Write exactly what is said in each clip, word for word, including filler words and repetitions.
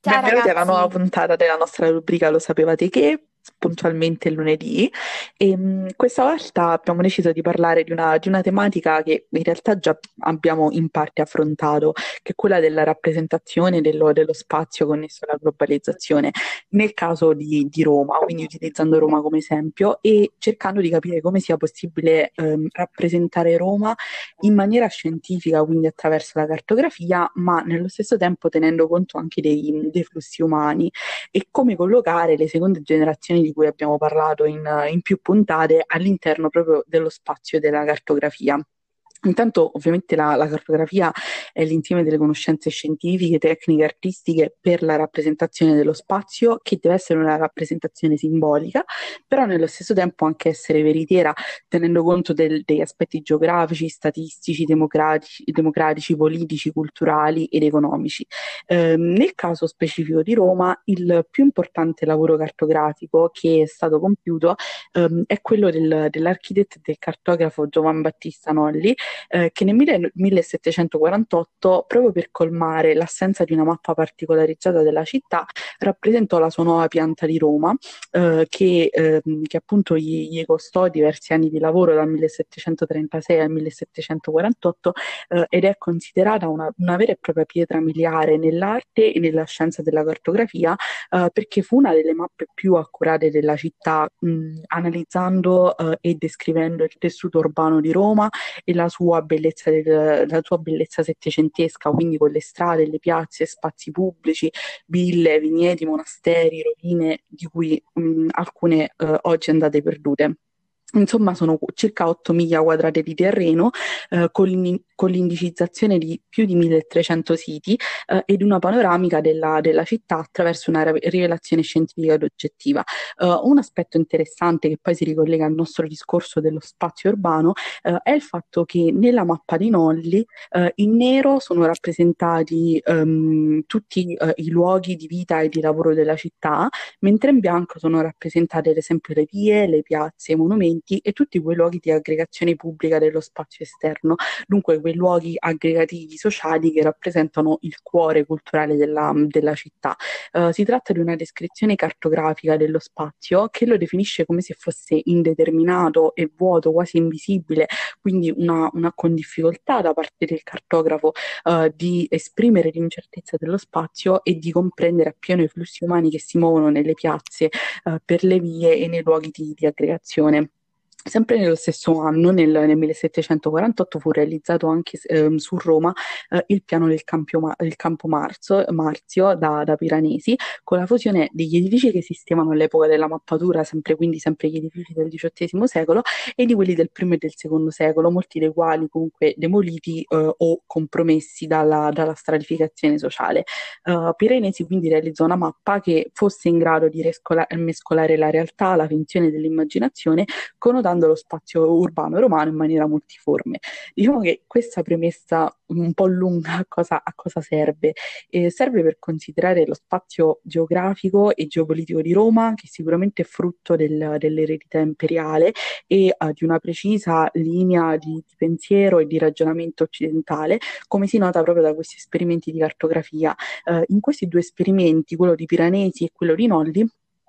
Ciao Benvenuti alla nuova ragazzi, puntata della nostra rubrica Lo sapevate che? Puntualmente il lunedì. E, mh, questa volta abbiamo deciso di parlare di una, di una tematica che in realtà già abbiamo in parte affrontato, che è quella della rappresentazione dello, dello spazio connesso alla globalizzazione, nel caso di, di Roma, quindi utilizzando Roma come esempio e cercando di capire come sia possibile ehm, rappresentare Roma in maniera scientifica, quindi attraverso la cartografia, ma nello stesso tempo tenendo conto anche dei, dei flussi umani e come collocare le seconde generazioni di cui abbiamo parlato in, in più puntate all'interno proprio dello spazio della cartografia. Intanto, ovviamente, la, la cartografia è l'insieme delle conoscenze scientifiche, tecniche, artistiche per la rappresentazione dello spazio, che deve essere una rappresentazione simbolica, però nello stesso tempo anche essere veritiera, tenendo conto del- degli aspetti geografici, statistici, democratici, democratici, politici, culturali ed economici. Ehm, nel caso specifico di Roma, il più importante lavoro cartografico che è stato compiuto ehm, è quello del- dell'architetto e del cartografo Giovan Battista Nolli, eh, che nel mille- millesettecentoquarantotto, proprio per colmare l'assenza di una mappa particolarizzata della città, rappresentò la sua nuova pianta di Roma, eh, che, ehm, che appunto gli, gli costò diversi anni di lavoro dal millesettecentotrentasei al millesettecentoquarantotto, eh, ed è considerata una, una vera e propria pietra miliare nell'arte e nella scienza della cartografia, eh, perché fu una delle mappe più accurate della città, mh, analizzando eh, e descrivendo il tessuto urbano di Roma e la sua bellezza, del- la sua bellezza settecentesca, quindi con le strade, le piazze, spazi pubblici, ville, vigneti, monasteri, rovine, di cui mh, alcune eh, oggi andate perdute. Insomma, sono circa otto miglia quadrate di terreno, eh, con, l'in- con l'indicizzazione di più di milletrecento siti, eh, ed una panoramica della, della città attraverso una ra- rivelazione scientifica ed oggettiva. Eh, un aspetto interessante che poi si ricollega al nostro discorso dello spazio urbano, eh, è il fatto che nella mappa di Nolli, eh, in nero sono rappresentati ehm, tutti eh, i luoghi di vita e di lavoro della città, mentre in bianco sono rappresentate ad esempio le vie, le piazze, i monumenti e tutti quei luoghi di aggregazione pubblica dello spazio esterno, dunque quei luoghi aggregativi sociali che rappresentano il cuore culturale della, della città. Eh, si tratta di una descrizione cartografica dello spazio che lo definisce come se fosse indeterminato e vuoto, quasi invisibile, quindi una, una con difficoltà da parte del cartografo eh, di esprimere l'incertezza dello spazio e di comprendere appieno i flussi umani che si muovono nelle piazze, eh, per le vie e nei luoghi di, di aggregazione. Sempre nello stesso anno, nel, nel millesettecentoquarantotto, fu realizzato anche ehm, su Roma eh, il piano del, Campio Ma- del Campo Marzo- Marzio da, da Piranesi, con la fusione degli edifici che esistevano all'epoca della mappatura, sempre, quindi sempre gli edifici del diciottesimo secolo, e di quelli del primo e del secondo secolo, molti dei quali comunque demoliti eh, o compromessi dalla, dalla stratificazione sociale. Uh, Piranesi quindi realizzò una mappa che fosse in grado di rescola- mescolare la realtà, la finzione dell'immaginazione, connotando lo spazio urbano romano in maniera multiforme. Diciamo che questa premessa un po' lunga a cosa, a cosa serve? Eh, serve per considerare lo spazio geografico e geopolitico di Roma, che sicuramente è frutto del- dell'eredità imperiale e eh, di una precisa linea di, di pensiero e di ragionamento occidentale, come si nota proprio da questi esperimenti di cartografia. Eh, in questi due esperimenti, quello di Piranesi e quello di Nolli,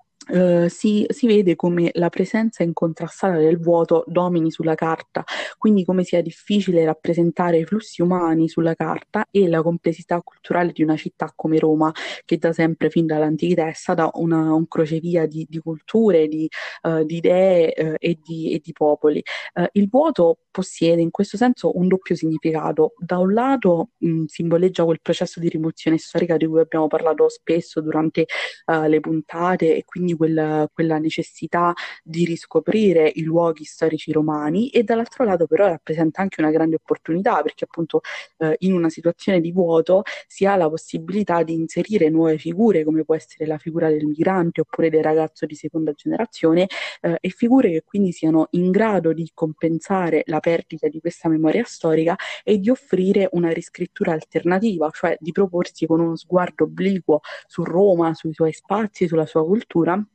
eh, si, si vede come la presenza incontrastata del vuoto domini sulla carta, quindi come sia difficile rappresentare i flussi umani sulla carta e la complessità culturale di una città come Roma, che da sempre, fin dall'antichità, è stata una, un crocevia di, di culture, di, eh, di idee eh, e, di, e di popoli. Eh, il vuoto possiede in questo senso un doppio significato. Da un lato mh, simboleggia quel processo di rimozione storica di cui abbiamo parlato spesso durante eh, le puntate, e quindi quella, quella necessità di riscoprire i luoghi storici romani, e dall'altro lato però rappresenta anche una grande opportunità perché appunto eh, in una situazione di vuoto si ha la possibilità di inserire nuove figure come può essere la figura del migrante oppure del ragazzo di seconda generazione, eh, e figure che quindi siano in grado di compensare la perdita di questa memoria storica e di offrire una riscrittura alternativa, cioè di proporsi con uno sguardo obliquo su Roma, sui suoi spazi, sulla sua cultura,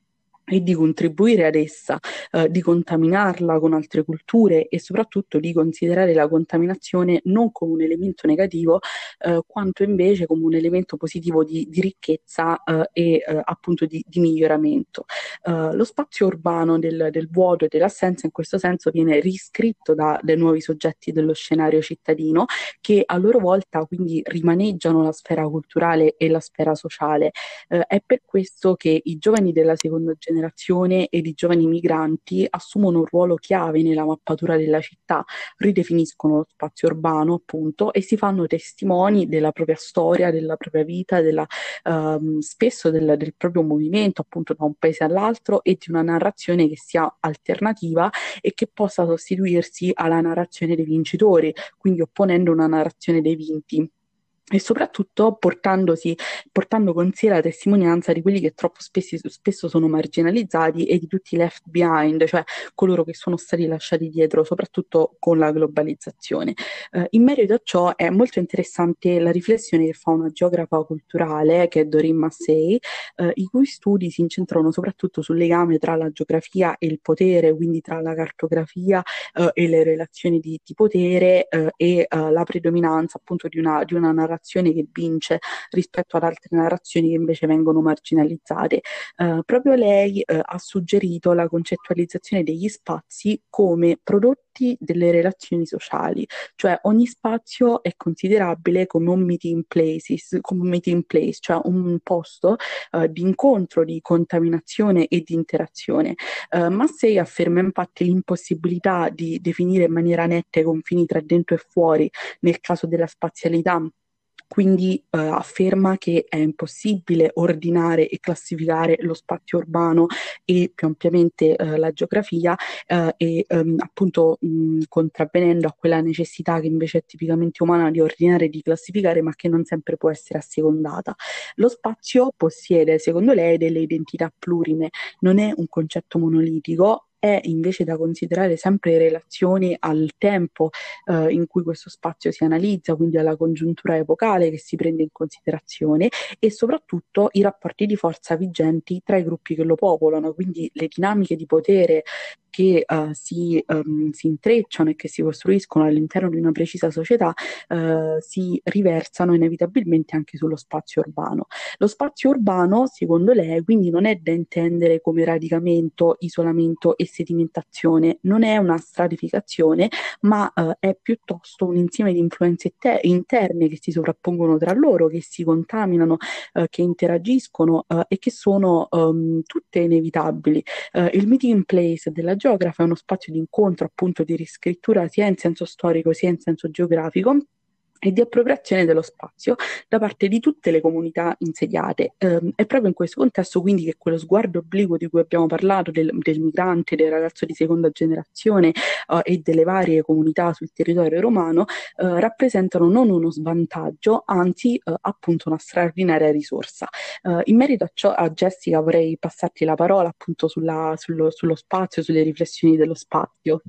e di contribuire ad essa, eh, di contaminarla con altre culture e soprattutto di considerare la contaminazione non come un elemento negativo, eh, quanto invece come un elemento positivo di, di ricchezza, eh, e eh, appunto di, di miglioramento. Eh, lo spazio urbano del, del vuoto e dell'assenza in questo senso viene riscritto da, dai nuovi soggetti dello scenario cittadino, che a loro volta quindi rimaneggiano la sfera culturale e la sfera sociale. Eh, è per questo che i giovani della seconda generazione ed i giovani migranti assumono un ruolo chiave nella mappatura della città, ridefiniscono lo spazio urbano, appunto, e si fanno testimoni della propria storia, della propria vita, della, ehm, spesso del, del proprio movimento, appunto, da un paese all'altro e di una narrazione che sia alternativa e che possa sostituirsi alla narrazione dei vincitori, quindi opponendo una narrazione dei vinti e soprattutto portandosi, portando con sé la testimonianza di quelli che troppo spessi- spesso sono marginalizzati e di tutti i left behind, cioè coloro che sono stati lasciati dietro, soprattutto con la globalizzazione. Eh, in merito a ciò è molto interessante la riflessione che fa una geografa culturale, che è Doreen Massey, eh, i cui studi si incentrano soprattutto sul legame tra la geografia e il potere, quindi tra la cartografia, eh, e le relazioni di, di potere, eh, e eh, la predominanza appunto di una, di una narrazione che vince rispetto ad altre narrazioni che invece vengono marginalizzate. Eh, proprio lei eh, ha suggerito la concettualizzazione degli spazi come prodotti delle relazioni sociali, cioè ogni spazio è considerabile come un meeting places, come un meeting place, cioè un posto eh, di incontro, di contaminazione e di interazione. Uh, Massey afferma infatti l'impossibilità di definire in maniera netta i confini tra dentro e fuori nel caso della spazialità. Quindi eh, afferma che è impossibile ordinare e classificare lo spazio urbano e più ampiamente eh, la geografia, eh, e ehm, appunto mh, contravvenendo a quella necessità che invece è tipicamente umana di ordinare e di classificare, ma che non sempre può essere assecondata. Lo spazio possiede, secondo lei, delle identità plurime, non è un concetto monolitico. È invece da considerare sempre in relazione al tempo eh, in cui questo spazio si analizza, quindi alla congiuntura epocale che si prende in considerazione e soprattutto i rapporti di forza vigenti tra i gruppi che lo popolano, quindi le dinamiche di potere che eh, si, ehm, si intrecciano e che si costruiscono all'interno di una precisa società, eh, si riversano inevitabilmente anche sullo spazio urbano. Lo spazio urbano, secondo lei, quindi non è da intendere come radicamento, isolamento e sedimentazione, non è una stratificazione, ma eh, è piuttosto un insieme di influenze te- interne che si sovrappongono tra loro, che si contaminano, eh, che interagiscono, eh, e che sono ehm, tutte inevitabili. Eh, il meeting place della geografa è uno spazio di incontro, appunto, di riscrittura sia in senso storico sia in senso geografico e di appropriazione dello spazio da parte di tutte le comunità insediate. Ehm, è proprio in questo contesto quindi che quello sguardo obliquo di cui abbiamo parlato, del, del migrante, del ragazzo di seconda generazione, eh, e delle varie comunità sul territorio romano, eh, rappresentano non uno svantaggio, anzi eh, appunto una straordinaria risorsa. Eh, in merito a ciò, a Jessica, vorrei passarti la parola appunto sulla- sullo, sullo spazio, sulle riflessioni dello spazio.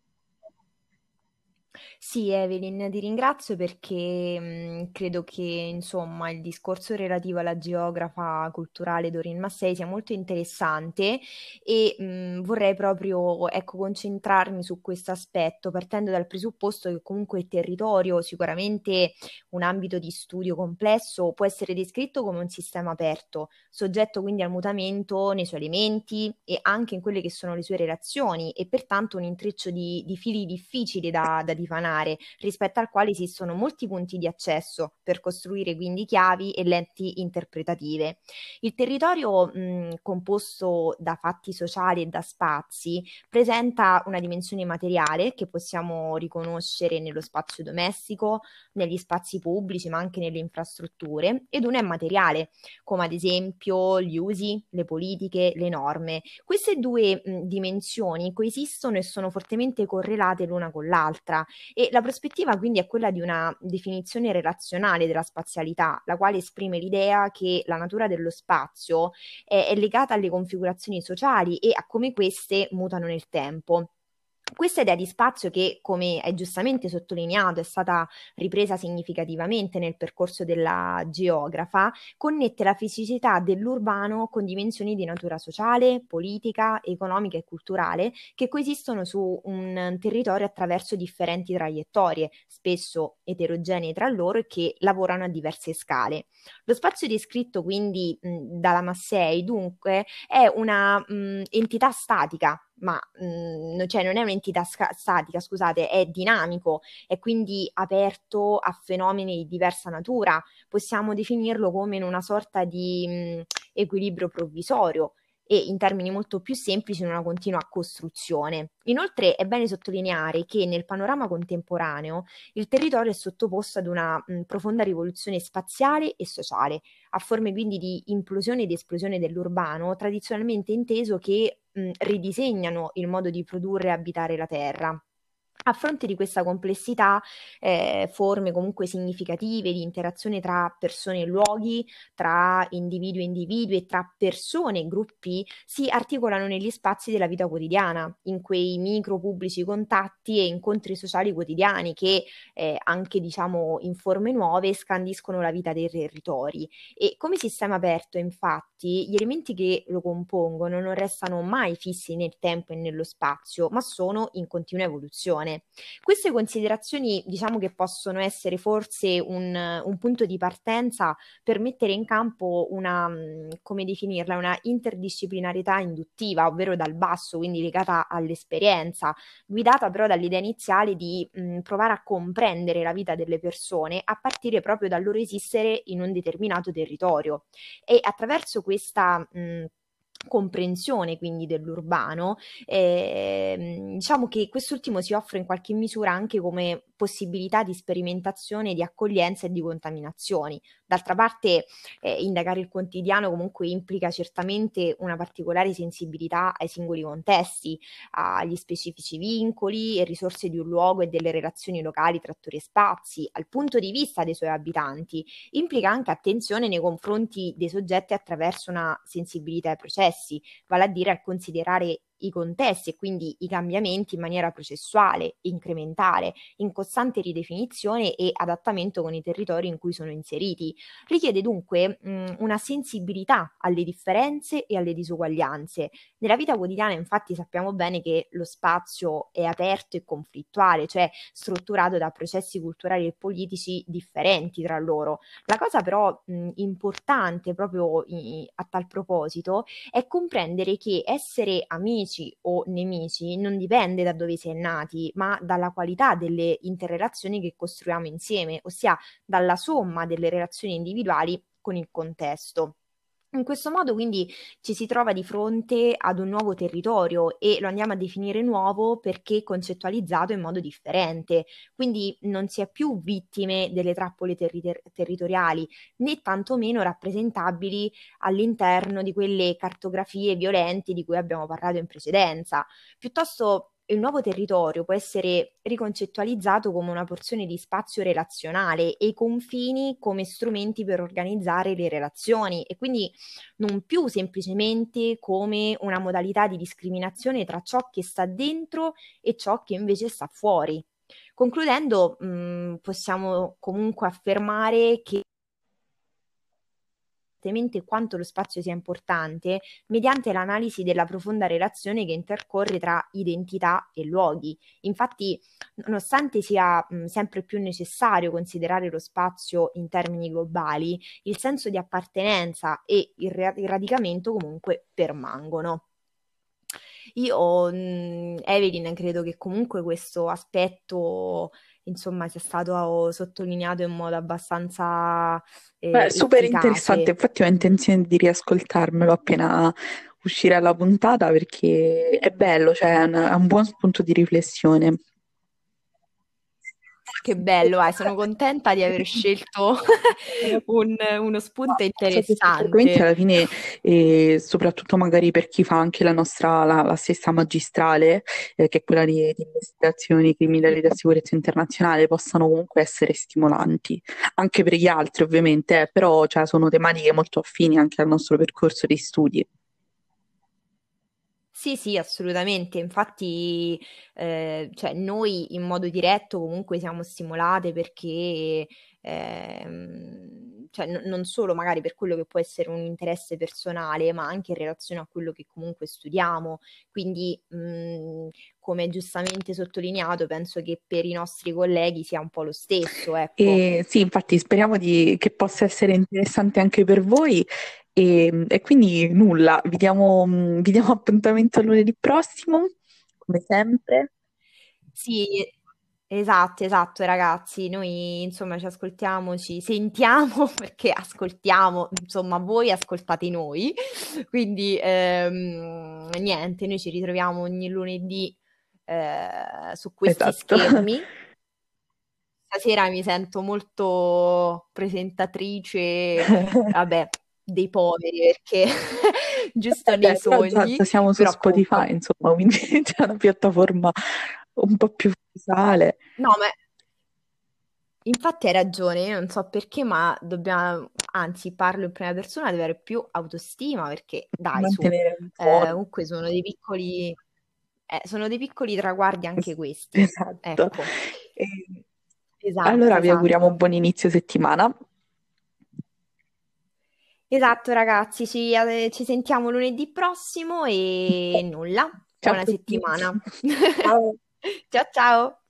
Sì, Evelyn, ti ringrazio perché mh, credo che insomma il discorso relativo alla geografa culturale Doreen Massey sia molto interessante e mh, vorrei proprio ecco, concentrarmi su questo aspetto partendo dal presupposto che comunque il territorio, sicuramente un ambito di studio complesso, può essere descritto come un sistema aperto, soggetto quindi al mutamento nei suoi elementi e anche in quelle che sono le sue relazioni e pertanto un intreccio di, di fili difficili da, da dipanare, rispetto al quale esistono molti punti di accesso per costruire quindi chiavi e lenti interpretative. Il territorio mh, composto da fatti sociali e da spazi presenta una dimensione materiale che possiamo riconoscere nello spazio domestico, negli spazi pubblici, ma anche nelle infrastrutture, ed una è materiale, come ad esempio gli usi, le politiche, le norme. Queste due mh, dimensioni coesistono e sono fortemente correlate l'una con l'altra e la prospettiva quindi è quella di una definizione relazionale della spazialità, la quale esprime l'idea che la natura dello spazio è, è legata alle configurazioni sociali e a come queste mutano nel tempo. Questa idea di spazio che, come hai giustamente sottolineato, è stata ripresa significativamente nel percorso della geografa, connette la fisicità dell'urbano con dimensioni di natura sociale, politica, economica e culturale che coesistono su un territorio attraverso differenti traiettorie, spesso eterogenee tra loro e che lavorano a diverse scale. Lo spazio descritto quindi mh, dalla Massey, dunque, è una mh, entità statica, ma mh, cioè non è un'entità sca- statica, scusate, è dinamico, è quindi aperto a fenomeni di diversa natura. Possiamo definirlo come in una sorta di mh, equilibrio provvisorio e in termini molto più semplici in una continua costruzione. Inoltre è bene sottolineare che nel panorama contemporaneo il territorio è sottoposto ad una mh, profonda rivoluzione spaziale e sociale, a forme quindi di implosione ed esplosione dell'urbano, tradizionalmente inteso che mh, ridisegnano il modo di produrre e abitare la terra. A fronte di questa complessità, eh, forme comunque significative di interazione tra persone e luoghi, tra individui e individui e tra persone e gruppi si articolano negli spazi della vita quotidiana, in quei micro pubblici contatti e incontri sociali quotidiani che eh, anche diciamo in forme nuove scandiscono la vita dei territori. E come sistema aperto, infatti, gli elementi che lo compongono non restano mai fissi nel tempo e nello spazio, ma sono in continua evoluzione. Queste considerazioni, diciamo che possono essere forse un, un punto di partenza per mettere in campo una, mh, come definirla, una interdisciplinarietà induttiva, ovvero dal basso, quindi legata all'esperienza, guidata però dall'idea iniziale di mh, provare a comprendere la vita delle persone a partire proprio dal loro esistere in un determinato territorio. E attraverso questa mh, comprensione quindi dell'urbano, eh, diciamo che quest'ultimo si offre in qualche misura anche come possibilità di sperimentazione, di accoglienza e di contaminazioni. D'altra parte, eh, indagare il quotidiano comunque implica certamente una particolare sensibilità ai singoli contesti, agli specifici vincoli e risorse di un luogo e delle relazioni locali tra attori e spazi, al punto di vista dei suoi abitanti. Implica anche attenzione nei confronti dei soggetti attraverso una sensibilità ai processi, vale a dire al considerare i contesti e quindi i cambiamenti in maniera processuale, incrementale, in costante ridefinizione e adattamento con i territori in cui sono inseriti. Richiede dunque mh, una sensibilità alle differenze e alle disuguaglianze. Nella vita quotidiana, infatti, sappiamo bene che lo spazio è aperto e conflittuale, cioè strutturato da processi culturali e politici differenti tra loro. La cosa però mh, importante proprio i- a tal proposito è comprendere che essere amici o nemici non dipende da dove si è nati, ma dalla qualità delle interrelazioni che costruiamo insieme, ossia dalla somma delle relazioni individuali con il contesto. In questo modo quindi ci si trova di fronte ad un nuovo territorio e lo andiamo a definire nuovo perché concettualizzato in modo differente. Quindi non si è più vittime delle trappole terri- territoriali, né tantomeno rappresentabili all'interno di quelle cartografie violente di cui abbiamo parlato in precedenza. Piuttosto il nuovo territorio può essere riconcettualizzato come una porzione di spazio relazionale e i confini come strumenti per organizzare le relazioni e quindi non più semplicemente come una modalità di discriminazione tra ciò che sta dentro e ciò che invece sta fuori. Concludendo, mh, possiamo comunque affermare che esattamente quanto lo spazio sia importante mediante l'analisi della profonda relazione che intercorre tra identità e luoghi. Infatti, nonostante sia mh, sempre più necessario considerare lo spazio in termini globali, il senso di appartenenza e il, ra- il radicamento comunque permangono. Io, mh, Evelyn, credo che comunque questo aspetto, insomma, sia stato sottolineato in modo abbastanza Beh, eh, super interessante, efficace. infatti ho intenzione di riascoltarmelo appena uscirà la puntata perché è bello, cioè è un, è un buon spunto di riflessione. Che bello, eh, sono contenta di aver scelto un- uno spunto So che questi argomenti interessante. alla fine, eh, soprattutto magari per chi fa anche la nostra, la, la stessa magistrale, eh, che è quella di, di investigazioni, criminalità e sicurezza internazionale, possano comunque essere stimolanti, anche per gli altri ovviamente, eh, però cioè, sono tematiche molto affini anche al nostro percorso di studi. Sì, sì, assolutamente. Infatti, eh, cioè, noi in modo diretto comunque siamo stimolate perché, ehm, cioè, n- non solo magari per quello che può essere un interesse personale, ma anche in relazione a quello che comunque studiamo. Quindi, mh, come giustamente sottolineato, penso che per i nostri colleghi sia un po' lo stesso, ecco. E sì, infatti speriamo di- che possa essere interessante anche per voi e, e quindi nulla, vi diamo, vi diamo appuntamento a lunedì prossimo, come sempre. Sì, esatto, esatto, ragazzi. Noi insomma ci ascoltiamo, ci sentiamo perché ascoltiamo, insomma, voi ascoltate noi. Quindi ehm, niente, noi ci ritroviamo ogni lunedì eh, su questi Esatto. schermi. Stasera mi sento molto presentatrice, vabbè, dei poveri perché giusto nei Vabbè, però già, sogni, già siamo su però Spotify, comunque. insomma, quindi c'è una piattaforma un po' più ufficiale. No, ma infatti hai ragione, io non so perché, ma dobbiamo, anzi, parlo in prima persona, deve avere più autostima perché, dai, su, Mantenere un eh, tono. comunque sono dei piccoli, eh, sono dei piccoli traguardi anche Es- questi. Esatto. Ecco, E esatto, allora vi auguriamo un esatto. buon inizio settimana. Esatto, ragazzi, ci, eh, ci sentiamo lunedì prossimo e nulla. Ciao a Buona tutti. settimana. Ciao. Ciao, ciao.